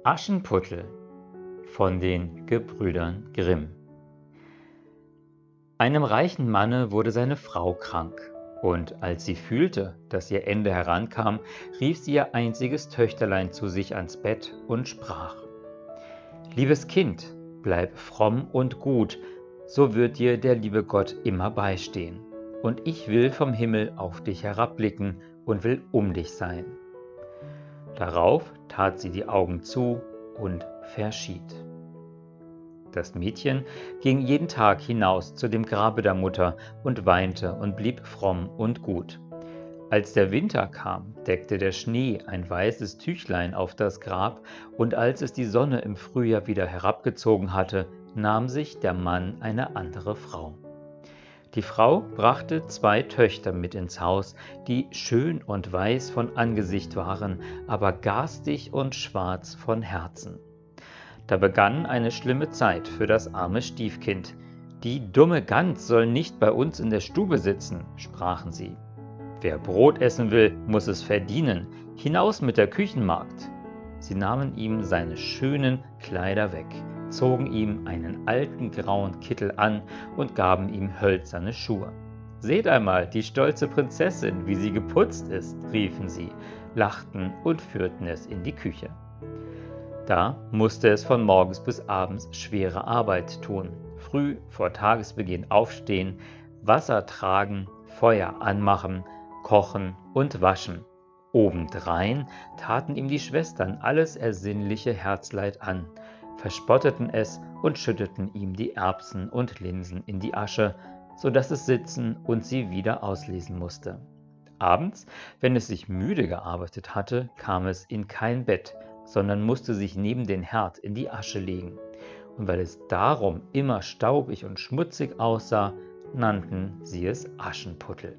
Aschenputtel von den Gebrüdern Grimm. Einem reichen Manne wurde seine Frau krank, und als sie fühlte, dass ihr Ende herankam, rief sie ihr einziges Töchterlein zu sich ans Bett und sprach: Liebes Kind, bleib fromm und gut, so wird dir der liebe Gott immer beistehen. Und ich will vom Himmel auf dich herabblicken und will um dich sein. Darauf tat sie die Augen zu und verschied. Das Mädchen ging jeden Tag hinaus zu dem Grabe der Mutter und weinte und blieb fromm und gut. Als der Winter kam, deckte der Schnee ein weißes Tüchlein auf das Grab, und als es die Sonne im Frühjahr wieder herabgezogen hatte, nahm sich der Mann eine andere Frau. Die Frau brachte 2 Töchter mit ins Haus, die schön und weiß von Angesicht waren, aber garstig und schwarz von Herzen. Da begann eine schlimme Zeit für das arme Stiefkind. Die dumme Gans soll nicht bei uns in der Stube sitzen, sprachen sie. Wer Brot essen will, muss es verdienen. Hinaus mit der Küchenmagd. Sie nahmen ihm seine schönen Kleider weg, zogen ihm einen alten grauen Kittel an und gaben ihm hölzerne Schuhe. Seht einmal die stolze Prinzessin, wie sie geputzt ist, riefen sie, lachten und führten es in die Küche. Da musste es von morgens bis abends schwere Arbeit tun, früh vor Tagesbeginn aufstehen, Wasser tragen, Feuer anmachen, kochen und waschen. Obendrein taten ihm die Schwestern alles ersinnliche Herzleid an, verspotteten es und schütteten ihm die Erbsen und Linsen in die Asche, so dass es sitzen und sie wieder auslesen musste. Abends, wenn es sich müde gearbeitet hatte, kam es in kein Bett, sondern musste sich neben den Herd in die Asche legen. Und weil es darum immer staubig und schmutzig aussah, nannten sie es Aschenputtel.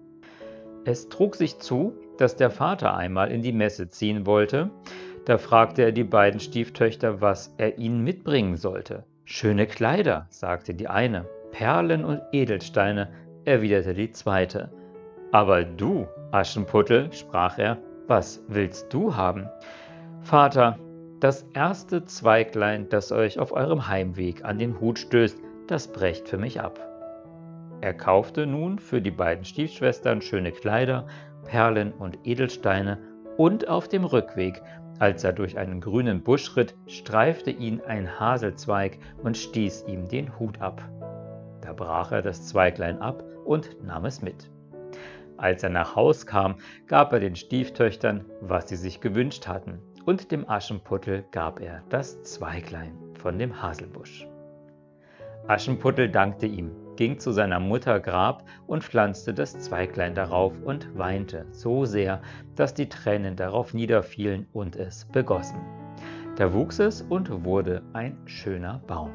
Es trug sich zu, dass der Vater einmal in die Messe ziehen wollte. Da fragte er die beiden Stieftöchter, was er ihnen mitbringen sollte. Schöne Kleider, sagte die eine, Perlen und Edelsteine, erwiderte die zweite. Aber du, Aschenputtel, sprach er, was willst du haben? Vater, das erste Zweiglein, das euch auf eurem Heimweg an den Hut stößt, das brecht für mich ab. Er kaufte nun für die beiden Stiefschwestern schöne Kleider, Perlen und Edelsteine, und auf dem Rückweg, als er durch einen grünen Busch ritt, streifte ihn ein Haselzweig und stieß ihm den Hut ab. Da brach er das Zweiglein ab und nahm es mit. Als er nach Haus kam, gab er den Stieftöchtern, was sie sich gewünscht hatten, und dem Aschenputtel gab er das Zweiglein von dem Haselbusch. Aschenputtel dankte ihm, ging zu seiner Mutter Grab und pflanzte das Zweiglein darauf und weinte so sehr, dass die Tränen darauf niederfielen und es begossen. Da wuchs es und wurde ein schöner Baum.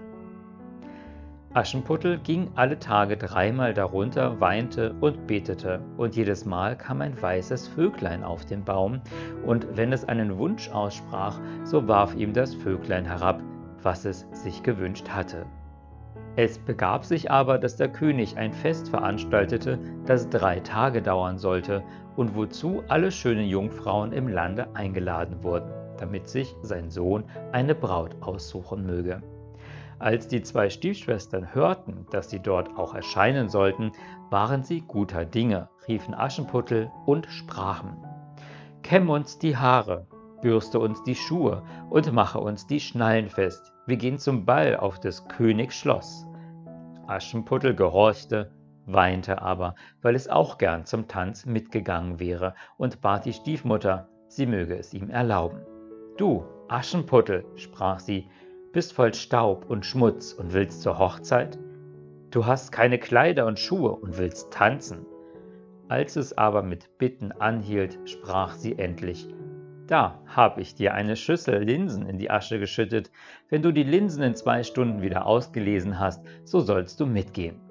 Aschenputtel ging alle Tage 3-mal darunter, weinte und betete, und jedes Mal kam ein weißes Vöglein auf den Baum, und wenn es einen Wunsch aussprach, so warf ihm das Vöglein herab, was es sich gewünscht hatte. Es begab sich aber, dass der König ein Fest veranstaltete, das 3 Tage dauern sollte, und wozu alle schönen Jungfrauen im Lande eingeladen wurden, damit sich sein Sohn eine Braut aussuchen möge. Als die 2 Stiefschwestern hörten, dass sie dort auch erscheinen sollten, waren sie guter Dinge, riefen Aschenputtel und sprachen: Kämm uns die Haare, bürste uns die Schuhe und mache uns die Schnallen fest. Wir gehen zum Ball auf des Königs Schloss. Aschenputtel gehorchte, weinte aber, weil es auch gern zum Tanz mitgegangen wäre, und bat die Stiefmutter, sie möge es ihm erlauben. Du, Aschenputtel, sprach sie, bist voll Staub und Schmutz und willst zur Hochzeit? Du hast keine Kleider und Schuhe und willst tanzen. Als es aber mit Bitten anhielt, sprach sie endlich: Da hab ich dir eine Schüssel Linsen in die Asche geschüttet. Wenn du die Linsen in 2 Stunden wieder ausgelesen hast, so sollst du mitgehen.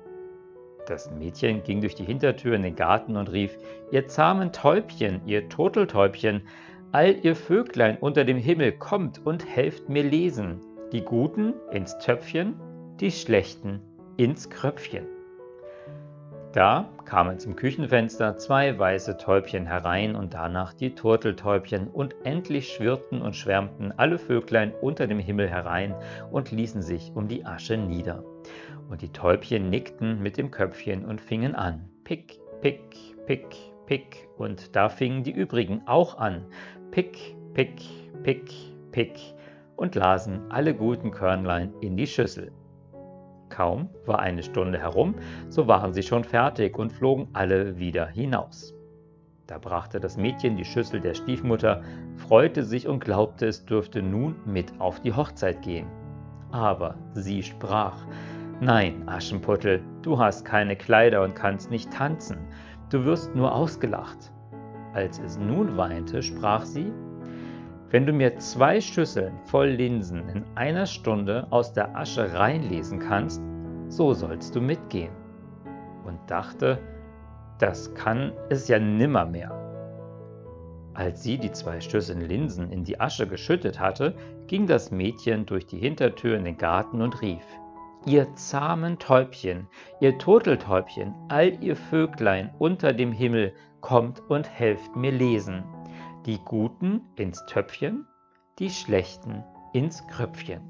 Das Mädchen ging durch die Hintertür in den Garten und rief: Ihr zahmen Täubchen, ihr Turteltäubchen, all ihr Vöglein unter dem Himmel, kommt und helft mir lesen. Die Guten ins Töpfchen, die Schlechten ins Kröpfchen. Da kamen zum Küchenfenster 2 weiße Täubchen herein und danach die Turteltäubchen, und endlich schwirrten und schwärmten alle Vöglein unter dem Himmel herein und ließen sich um die Asche nieder. Und die Täubchen nickten mit dem Köpfchen und fingen an. Pick, pick, pick, pick. Und da fingen die übrigen auch an. Pick, pick, pick, pick. Und lasen alle guten Körnlein in die Schüssel. Kaum war eine Stunde herum, so waren sie schon fertig und flogen alle wieder hinaus. Da brachte das Mädchen die Schüssel der Stiefmutter, freute sich und glaubte, es dürfte nun mit auf die Hochzeit gehen. Aber sie sprach: Nein, Aschenputtel, du hast keine Kleider und kannst nicht tanzen, du wirst nur ausgelacht. Als es nun weinte, sprach sie: Wenn du mir 2 Schüsseln voll Linsen in einer Stunde aus der Asche reinlesen kannst, so sollst du mitgehen. Und dachte, das kann es ja nimmermehr. Als sie die 2 Schüsseln Linsen in die Asche geschüttet hatte, ging das Mädchen durch die Hintertür in den Garten und rief: Ihr zahmen Täubchen, ihr Turteltäubchen, all ihr Vöglein unter dem Himmel, kommt und helft mir lesen. Die Guten ins Töpfchen, die Schlechten ins Kröpfchen.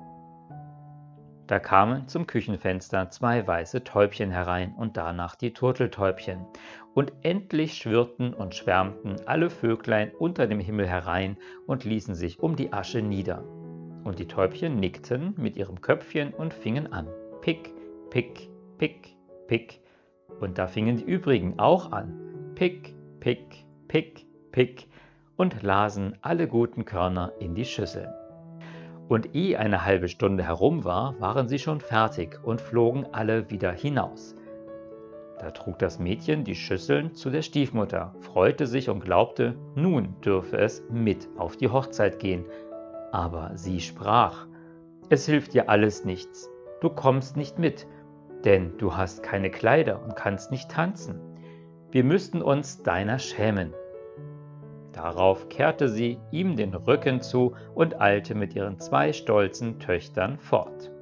Da kamen zum Küchenfenster 2 weiße Täubchen herein und danach die Turteltäubchen. Und endlich schwirrten und schwärmten alle Vöglein unter dem Himmel herein und ließen sich um die Asche nieder. Und die Täubchen nickten mit ihrem Köpfchen und fingen an. Pick, pick, pick, pick. Und da fingen die übrigen auch an. Pick, pick, pick, pick. Und lasen alle guten Körner in die Schüsseln. Und ehe eine halbe Stunde herum war, waren sie schon fertig und flogen alle wieder hinaus. Da trug das Mädchen die Schüsseln zu der Stiefmutter, freute sich und glaubte, nun dürfe es mit auf die Hochzeit gehen. Aber sie sprach: Es hilft dir alles nichts, du kommst nicht mit, denn du hast keine Kleider und kannst nicht tanzen. Wir müssten uns deiner schämen. Darauf kehrte sie ihm den Rücken zu und eilte mit ihren 2 stolzen Töchtern fort.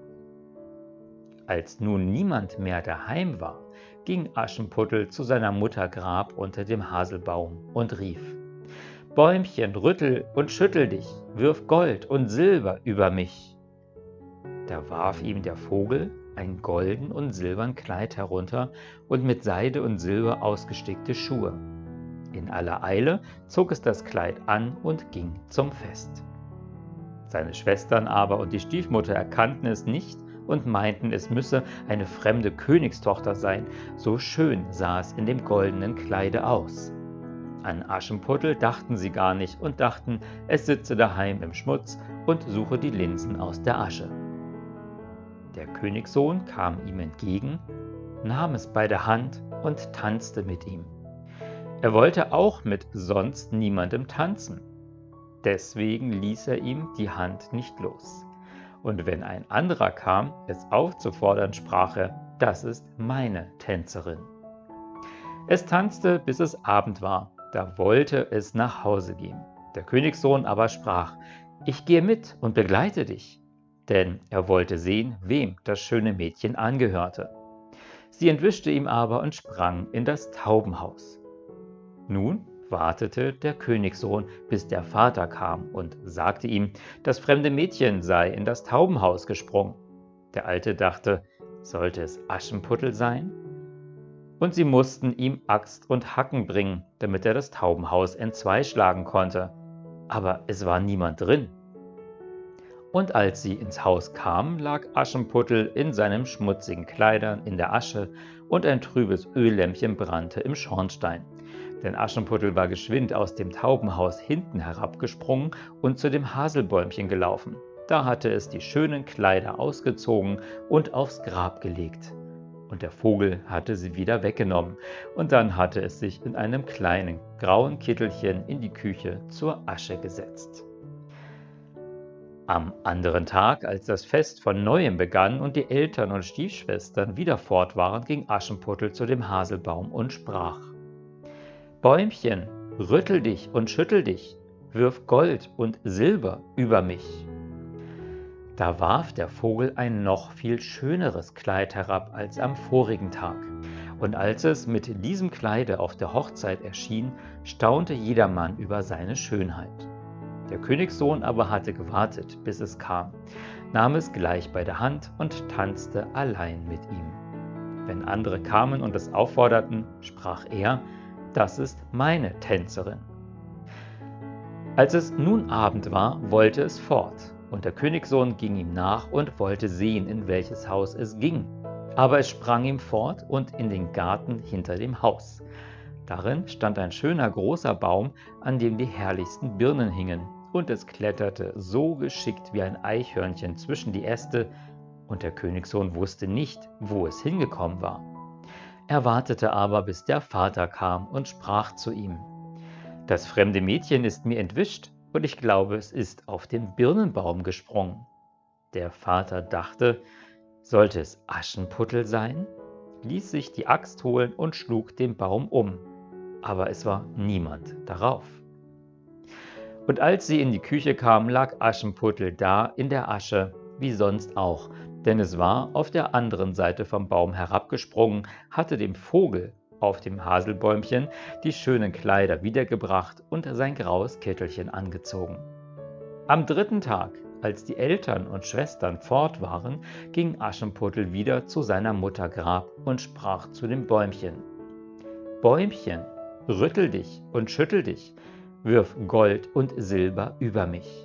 Als nun niemand mehr daheim war, ging Aschenputtel zu seiner Mutter Grab unter dem Haselbaum und rief: Bäumchen, rüttel und schüttel dich, wirf Gold und Silber über mich. Da warf ihm der Vogel ein golden und silbern Kleid herunter und mit Seide und Silber ausgestickte Schuhe. In aller Eile zog es das Kleid an und ging zum Fest. Seine Schwestern aber und die Stiefmutter erkannten es nicht und meinten, es müsse eine fremde Königstochter sein, so schön sah es in dem goldenen Kleide aus. An Aschenputtel dachten sie gar nicht und dachten, es sitze daheim im Schmutz und suche die Linsen aus der Asche. Der Königssohn kam ihm entgegen, nahm es bei der Hand und tanzte mit ihm. Er wollte auch mit sonst niemandem tanzen. Deswegen ließ er ihm die Hand nicht los. Und wenn ein anderer kam, es aufzufordern, sprach er: Das ist meine Tänzerin. Es tanzte, bis es Abend war. Da wollte es nach Hause gehen. Der Königssohn aber sprach: Ich gehe mit und begleite dich. Denn er wollte sehen, wem das schöne Mädchen angehörte. Sie entwischte ihm aber und sprang in das Taubenhaus. Nun wartete der Königssohn, bis der Vater kam und sagte ihm, das fremde Mädchen sei in das Taubenhaus gesprungen. Der Alte dachte, sollte es Aschenputtel sein? Und sie mussten ihm Axt und Hacken bringen, damit er das Taubenhaus entzwei schlagen konnte. Aber es war niemand drin. Und als sie ins Haus kamen, lag Aschenputtel in seinen schmutzigen Kleidern in der Asche und ein trübes Öllämpchen brannte im Schornstein. Denn Aschenputtel war geschwind aus dem Taubenhaus hinten herabgesprungen und zu dem Haselbäumchen gelaufen. Da hatte es die schönen Kleider ausgezogen und aufs Grab gelegt. Und der Vogel hatte sie wieder weggenommen, und dann hatte es sich in einem kleinen grauen Kittelchen in die Küche zur Asche gesetzt. Am anderen Tag, als das Fest von Neuem begann und die Eltern und Stiefschwestern wieder fort waren, ging Aschenputtel zu dem Haselbaum und sprach: Bäumchen, rüttel dich und schüttel dich, wirf Gold und Silber über mich. Da warf der Vogel ein noch viel schöneres Kleid herab als am vorigen Tag. Und als es mit diesem Kleide auf der Hochzeit erschien, staunte jedermann über seine Schönheit. Der Königssohn aber hatte gewartet, bis es kam, nahm es gleich bei der Hand und tanzte allein mit ihm. Wenn andere kamen und es aufforderten, sprach er: Das ist meine Tänzerin. Als es nun Abend war, wollte es fort, und der Königssohn ging ihm nach und wollte sehen, in welches Haus es ging. Aber es sprang ihm fort und in den Garten hinter dem Haus. Darin stand ein schöner großer Baum, an dem die herrlichsten Birnen hingen, und es kletterte so geschickt wie ein Eichhörnchen zwischen die Äste, und der Königssohn wusste nicht, wo es hingekommen war. Er wartete aber, bis der Vater kam und sprach zu ihm: Das fremde Mädchen ist mir entwischt, und ich glaube, es ist auf den Birnenbaum gesprungen. Der Vater dachte: Sollte es Aschenputtel sein? Ließ sich die Axt holen und schlug den Baum um, aber es war niemand darauf. Und als sie in die Küche kam, lag Aschenputtel da in der Asche, wie sonst auch, denn es war auf der anderen Seite vom Baum herabgesprungen, hatte dem Vogel auf dem Haselbäumchen die schönen Kleider wiedergebracht und sein graues Kittelchen angezogen. Am dritten Tag, als die Eltern und Schwestern fort waren, ging Aschenputtel wieder zu seiner Mutter Grab und sprach zu dem Bäumchen: Bäumchen, rüttel dich und schüttel dich, wirf Gold und Silber über mich.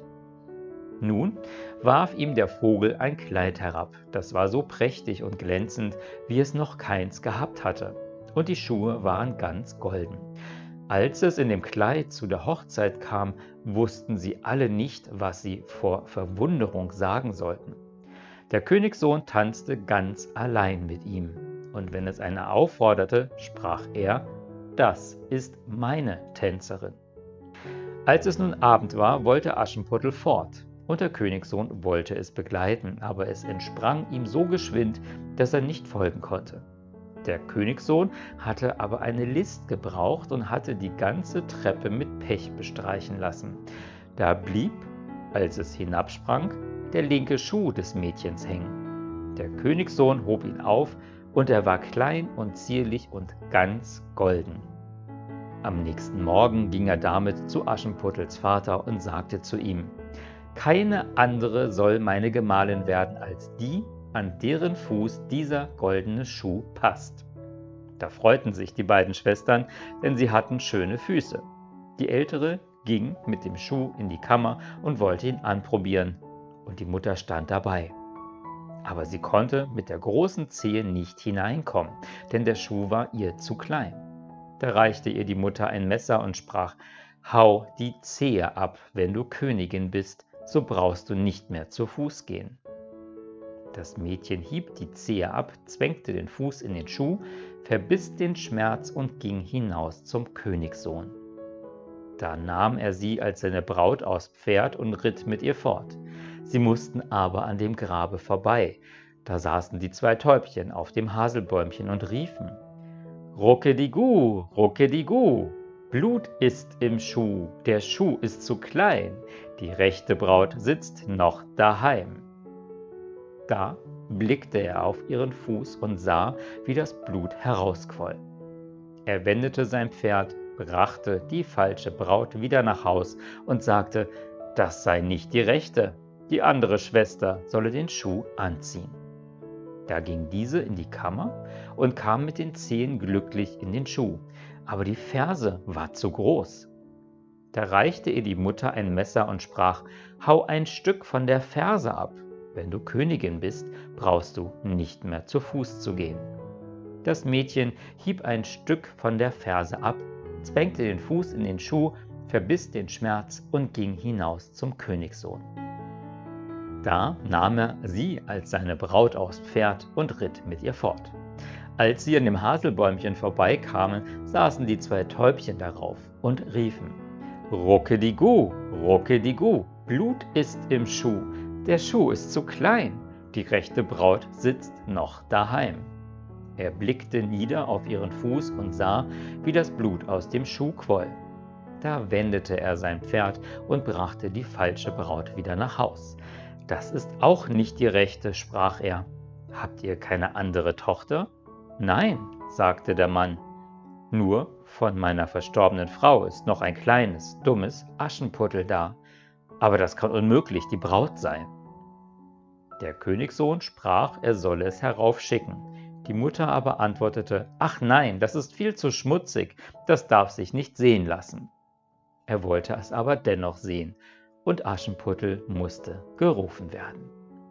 Nun warf ihm der Vogel ein Kleid herab, das war so prächtig und glänzend, wie es noch keins gehabt hatte, und die Schuhe waren ganz golden. Als es in dem Kleid zu der Hochzeit kam, wussten sie alle nicht, was sie vor Verwunderung sagen sollten. Der Königssohn tanzte ganz allein mit ihm, und wenn es einer aufforderte, sprach er: Das ist meine Tänzerin. Als es nun Abend war, wollte Aschenputtel fort, und der Königssohn wollte es begleiten, aber es entsprang ihm so geschwind, dass er nicht folgen konnte. Der Königssohn hatte aber eine List gebraucht und hatte die ganze Treppe mit Pech bestreichen lassen. Da blieb, als es hinabsprang, der linke Schuh des Mädchens hängen. Der Königssohn hob ihn auf, und er war klein und zierlich und ganz golden. Am nächsten Morgen ging er damit zu Aschenputtels Vater und sagte zu ihm: Keine andere soll meine Gemahlin werden als die, an deren Fuß dieser goldene Schuh passt. Da freuten sich die beiden Schwestern, denn sie hatten schöne Füße. Die ältere ging mit dem Schuh in die Kammer und wollte ihn anprobieren, und die Mutter stand dabei. Aber sie konnte mit der großen Zehe nicht hineinkommen, denn der Schuh war ihr zu klein. Da reichte ihr die Mutter ein Messer und sprach: Hau die Zehe ab, wenn du Königin bist, so brauchst du nicht mehr zu Fuß gehen. Das Mädchen hieb die Zehe ab, zwängte den Fuß in den Schuh, verbiss den Schmerz und ging hinaus zum Königssohn. Da nahm er sie als seine Braut aufs Pferd und ritt mit ihr fort. Sie mussten aber an dem Grabe vorbei. Da saßen die zwei Täubchen auf dem Haselbäumchen und riefen: Ruckedigu, Ruckedigu, Blut ist im Schuh, der Schuh ist zu klein, die rechte Braut sitzt noch daheim. Da blickte er auf ihren Fuß und sah, wie das Blut herausquoll. Er wendete sein Pferd, brachte die falsche Braut wieder nach Haus und sagte: Das sei nicht die rechte, die andere Schwester solle den Schuh anziehen. Da ging diese in die Kammer und kam mit den Zehen glücklich in den Schuh, aber die Ferse war zu groß. Da reichte ihr die Mutter ein Messer und sprach: Hau ein Stück von der Ferse ab. Wenn du Königin bist, brauchst du nicht mehr zu Fuß zu gehen. Das Mädchen hieb ein Stück von der Ferse ab, zwängte den Fuß in den Schuh, verbiss den Schmerz und ging hinaus zum Königssohn. Da nahm er sie als seine Braut aufs Pferd und ritt mit ihr fort. Als sie an dem Haselbäumchen vorbeikamen, saßen die zwei Täubchen darauf und riefen: Ruckedigu, Ruckedigu, Blut ist im Schuh, der Schuh ist zu klein, die rechte Braut sitzt noch daheim. Er blickte nieder auf ihren Fuß und sah, wie das Blut aus dem Schuh quoll. Da wendete er sein Pferd und brachte die falsche Braut wieder nach Haus. Das ist auch nicht die rechte, sprach er. Habt ihr keine andere Tochter? Nein, sagte der Mann. »Nur von meiner verstorbenen Frau ist noch ein kleines, dummes Aschenputtel da, aber das kann unmöglich die Braut sein.« Der Königssohn sprach, er solle es heraufschicken. Die Mutter aber antwortete: »Ach nein, das ist viel zu schmutzig, das darf sich nicht sehen lassen.« Er wollte es aber dennoch sehen, und Aschenputtel musste gerufen werden.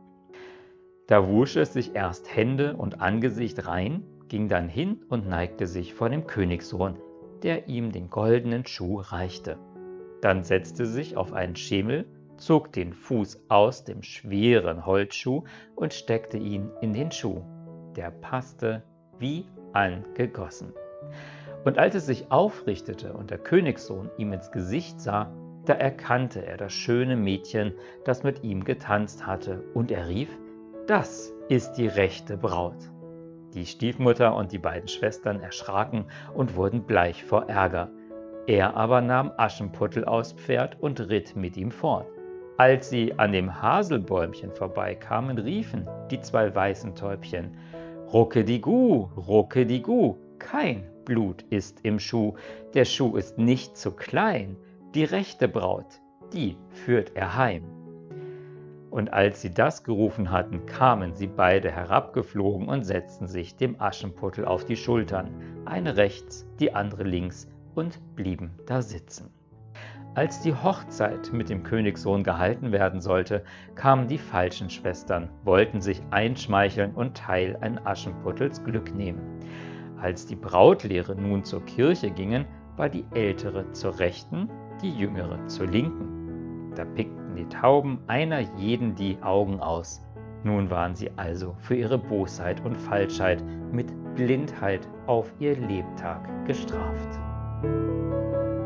Da wusch es sich erst Hände und Angesicht rein, ging dann hin und neigte sich vor dem Königssohn, der ihm den goldenen Schuh reichte. Dann setzte sich auf einen Schemel, zog den Fuß aus dem schweren Holzschuh und steckte ihn in den Schuh. Der passte wie angegossen. Und als es sich aufrichtete und der Königssohn ihm ins Gesicht sah, da erkannte er das schöne Mädchen, das mit ihm getanzt hatte, und er rief: »Das ist die rechte Braut.« Die Stiefmutter und die beiden Schwestern erschraken und wurden bleich vor Ärger. Er aber nahm Aschenputtel aufs Pferd und ritt mit ihm fort. Als sie an dem Haselbäumchen vorbeikamen, riefen die zwei weißen Täubchen: »Ruckedigu, ruckedigu, kein Blut ist im Schuh, der Schuh ist nicht zu klein, die rechte Braut, die führt er heim.« Und als sie das gerufen hatten, kamen sie beide herabgeflogen und setzten sich dem Aschenputtel auf die Schultern, eine rechts, die andere links, und blieben da sitzen. Als die Hochzeit mit dem Königssohn gehalten werden sollte, kamen die falschen Schwestern, wollten sich einschmeicheln und Teil an Aschenputtels Glück nehmen. Als die Brautlehre nun zur Kirche gingen, war die Ältere zur Rechten, die Jüngere zur Linken. Da pickten die Tauben einer jeden die Augen aus. Nun waren sie also für ihre Bosheit und Falschheit mit Blindheit auf ihr Lebtag gestraft.